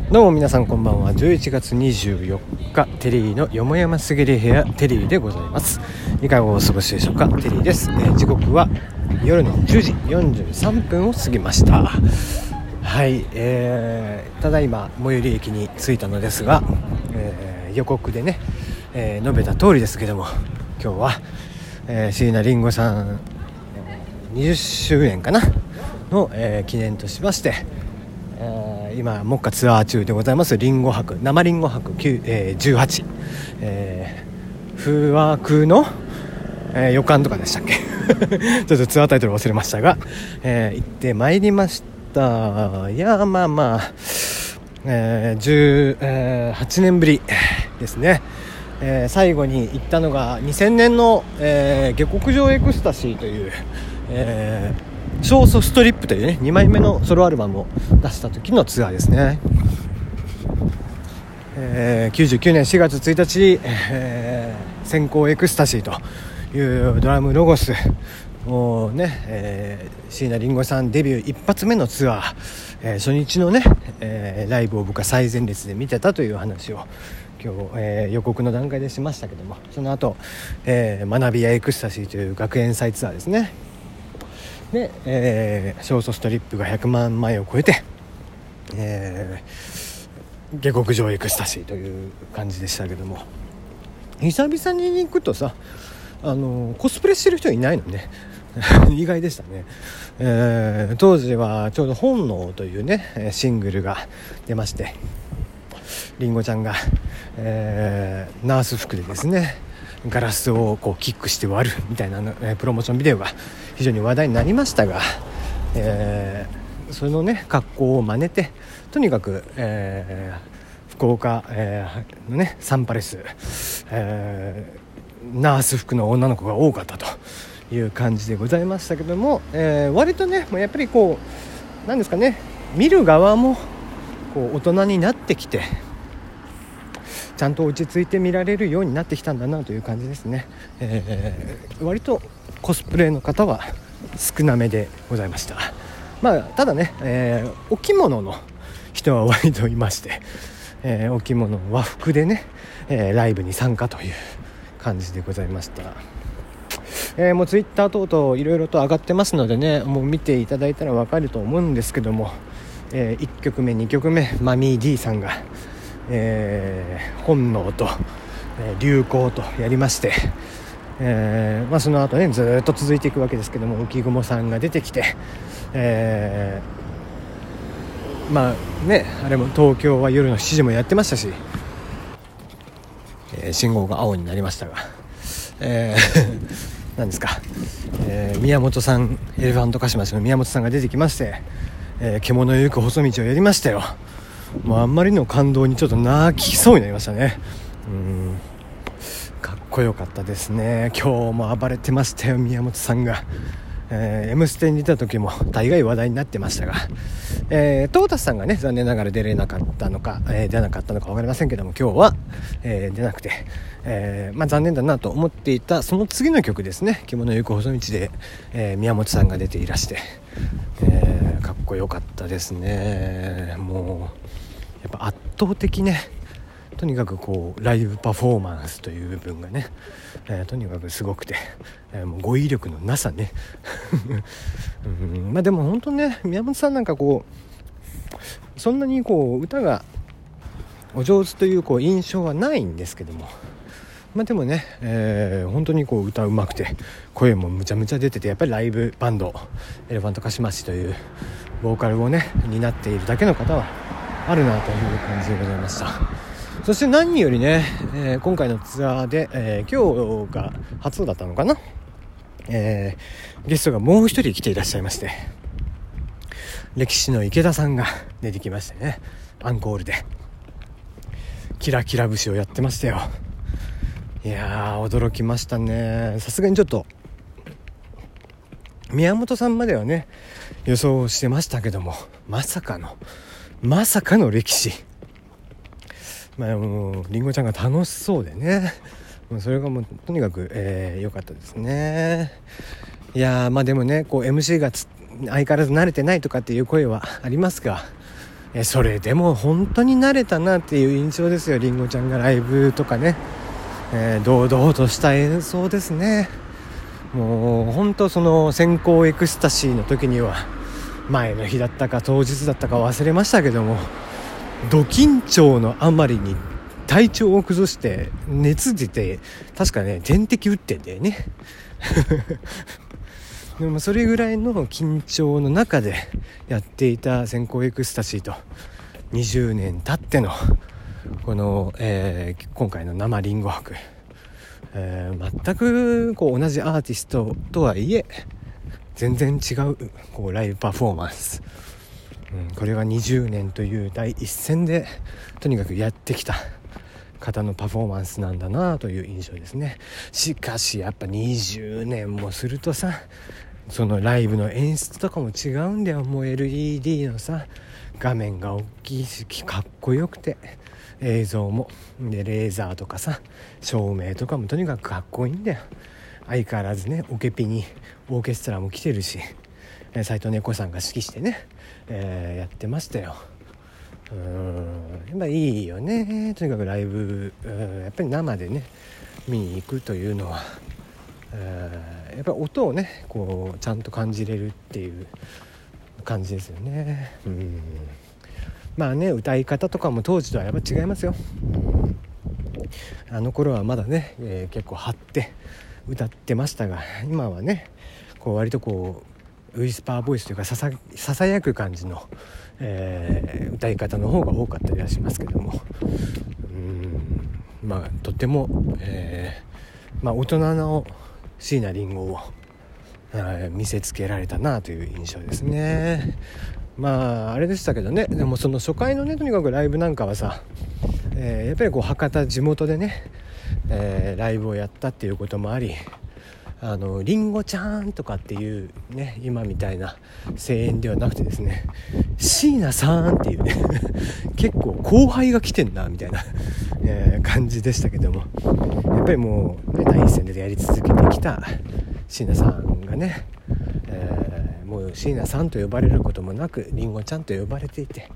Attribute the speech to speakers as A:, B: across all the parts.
A: どうも皆さんこんばんは。11月24日テリーのよもやますぎる部屋テリーでございます。いかがお過ごしでしょうか。テリーです。時刻は夜の10時43分を過ぎました。はい、ただいま最寄り駅に着いたのですが、予告でね、述べた通りですけども、今日は、椎名林檎さん20周年かなの、記念としまして、今目下ツアー中でございますリンゴ博生リンゴ博、18、不惑の、予感とかでしたっけちょっとツアータイトル忘れましたが、行ってまいりました。いや18年ぶりですね。最後に行ったのが2000年の、下克上エクスタシーという、ショートストリップというね2枚目のソロアルバムを出した時のツアーですね。99年4月1日、先行エクスタシーというドラムロゴスをね、椎名林檎さんデビュー一発目のツアー、初日のね、ライブを僕は最前列で見てたという話を今日、予告の段階でしましたけども、その後、学びやエクスタシーという学園祭ツアーですねで、ショートストリップが100万枚を超えて、下克上エクスタシーという感じでしたけども、久々に行くとさ、コスプレしてる人いないのね意外でしたね。当時はちょうど本能というねシングルが出まして、りんごちゃんが、ナース服でですねガラスをこうキックして割るみたいな、プロモーションビデオが非常に話題になりましたが、そのね格好を真似てとにかく、福岡、のねサンパレス、ナース服の女の子が多かったという感じでございましたけども、割とねもうやっぱりこうなんですかね、見る側もこう大人になってきてちゃんと落ち着いて見られるようになってきたんだなという感じですね。割とコスプレの方は少なめでございました。ただね、お着物の人は割といまして、お着物和服でね、ライブに参加という感じでございました。もうツイッター等々いろいろと上がってますのでね、もう見ていただいたら分かると思うんですけども、1曲目2曲目マミー D さんが本能と、流行とやりまして、その後ねずっと続いていくわけですけども、浮雲さんが出てきて、あれも東京は夜の7時もやってましたし、信号が青になりましたが、何ですか、宮本さん、エレファントカシマシの宮本さんが出てきまして、獣ゆく細道をやりましたよ。もうあんまりの感動にちょっと泣きそうになりましたね。かっこよかったですね。今日も暴れてましたよ宮本さんが。M ステに出た時も大概話題になってましたが、トータスさんがね残念ながら出れなかったのか、出なかったのか分かりませんけども、今日は、出なくて、残念だなと思っていたその次の曲ですね、獣ゆく細道で、宮本さんが出ていらして、かっこよかったですね。もうやっぱ圧倒的ね、とにかくこうライブパフォーマンスという部分がね、とにかくすごくて、もう語彙力のなさねでも本当ね、宮本さんなんかこうそんなにこう歌がお上手というこう印象はないんですけども、でもね、本当にこう歌うまくて声もむちゃむちゃ出てて、やっぱりライブバンドエレファントカシマシというボーカルをね担っているだけの方はあるなという感じでございました。そして何よりね、今回のツアーで、今日が初だったのかな、ゲストがもう一人来ていらっしゃいまして、歴史の池田さんが出てきましてね、アンコールでキラキラ節をやってましたよ。いやー驚きましたね。さすがにちょっと宮本さんまではね予想してましたけども、まさかの歴史、もうりんごちゃんが楽しそうでね、それがもうとにかく良かったですね。いやでもねこう MC が相変わらず慣れてないとかっていう声はありますが、 それでも本当に慣れたなっていう印象ですよ。りんごちゃんがライブとかね、堂々とした演奏ですね。もう本当その先行エクスタシーの時には前の日だったか当日だったか忘れましたけども、ド緊張のあまりに体調を崩して熱出て、確かね点滴打ってんだよねでもそれぐらいの緊張の中でやっていた先行エクスタシーと20年経ってのこの、今回の生リンゴ博、全くこう同じアーティストとはいえ全然違うこうライブパフォーマンス、これが20年という第一線でとにかくやってきた方のパフォーマンスなんだなという印象ですね。しかしやっぱ20年もするとさ、そのライブの演出とかも違うんだよ。もう LED のさ画面が大きいしかっこよくて、映像もでレーザーとかさ照明とかもとにかくかっこいいんだよ。相変わらずねオケピにオーケストラも来てるし、斉藤猫さんが指揮してね、やってましたよ。やっぱいいよね。とにかくライブ、やっぱり生でね見に行くというのは、やっぱり音をねこうちゃんと感じれるっていう感じですよね。まあね歌い方とかも当時とはやっぱ違いますよ。あの頃はまだね、結構張って歌ってましたが、今はねこう割とこうウィスパーボイスというかささやく感じの、歌い方の方が多かったりはしますけども、まあとても、大人の椎名林檎を、見せつけられたなという印象ですね。まああれでしたけどね、でもその初回のねとにかくライブなんかはさ、やっぱりこう博多地元でね、ライブをやったっていうこともあり、りんごちゃんとかっていうね今みたいな声援ではなくてですね、椎名さんっていうね結構後輩が来てんなみたいな、感じでしたけども、やっぱりもう、ね、第一線でやり続けてきた椎名さんがね、もう椎名さんと呼ばれることもなくりんごちゃんと呼ばれていて、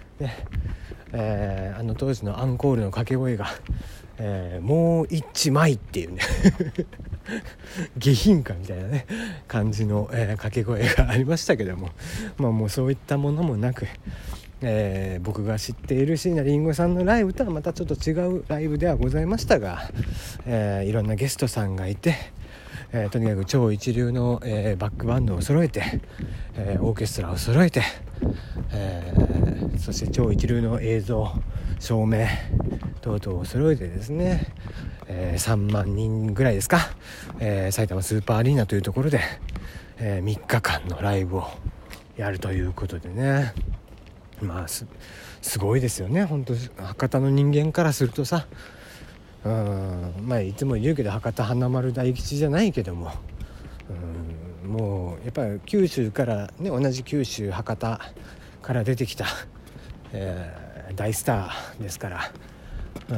A: あの当時のアンコールの掛け声が、もう一枚っていうね下品かみたいなね感じの、掛け声がありましたけども、もうそういったものもなく、僕が知っている椎名林檎さんのライブとはまたちょっと違うライブではございましたが、いろんなゲストさんがいて、とにかく超一流の、バックバンドを揃えて、オーケストラを揃えて、そして超一流の映像照明等々を揃えてですね、3万人ぐらいですか、埼玉スーパーアリーナというところで、3日間のライブをやるということでね、すごいですよね。本当博多の人間からするとさ、いつも言うけど博多華丸大吉じゃないけども、もうやっぱり九州からね、同じ九州博多から出てきた、大スターですから、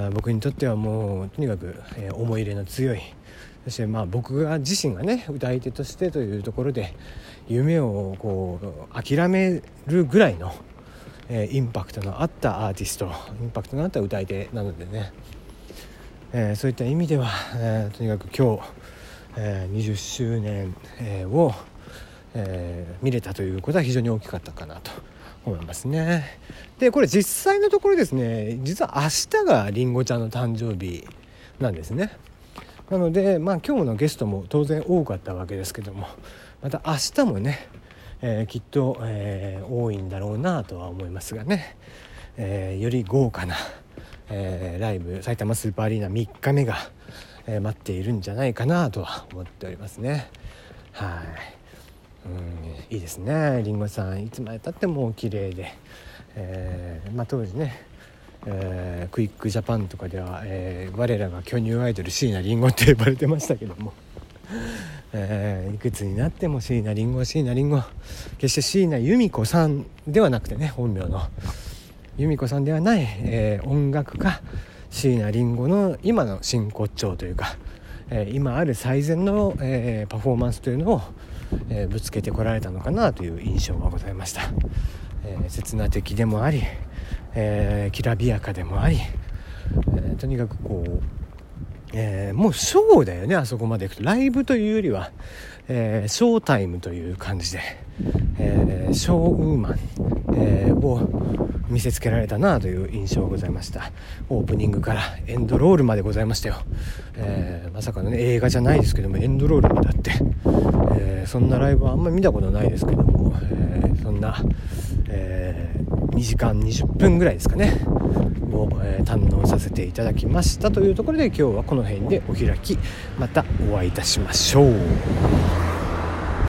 A: 僕にとってはもうとにかく、思い入れの強い、そして僕が自身がね歌い手としてというところで夢をこう諦めるぐらいの、インパクトのあったアーティスト、インパクトのあった歌い手なのでね、そういった意味では、とにかく今日、20周年、を、見れたということは非常に大きかったかなと思いますね。でこれ実際のところですね、実は明日がりんごちゃんの誕生日なんですね。なので今日のゲストも当然多かったわけですけども、また明日もね、きっと、多いんだろうなとは思いますがね、より豪華な、ライブ埼玉スーパーアリーナ3日目が、待っているんじゃないかなとは思っておりますね。はい、いいですね。りんごさんいつまでたっても綺麗で、当時ね、クイックジャパンとかでは、我らが巨乳アイドル椎名林檎って呼ばれてましたけども、いくつになっても椎名林檎、決して椎名由美子さんではなくてね、本名の由美子さんではない、音楽家椎名林檎の今の真骨頂というか、今ある最善の、パフォーマンスというのを、ぶつけてこられたのかなという印象がございました。 刹那的でもあり、きらびやかでもあり、とにかくこう、もうショーだよね。あそこまで行くとライブというよりは、ショータイムという感じで、ショーウーマン、を見せつけられたなという印象がございました。オープニングからエンドロールまでございましたよ。まさかのね、映画じゃないですけどもエンドロールまであって、そんなライブはあんまり見たことないですけども、そんな、2時間20分ぐらいですかねを、堪能させていただきましたというところで、今日はこの辺でお開き。またお会いいたしましょう。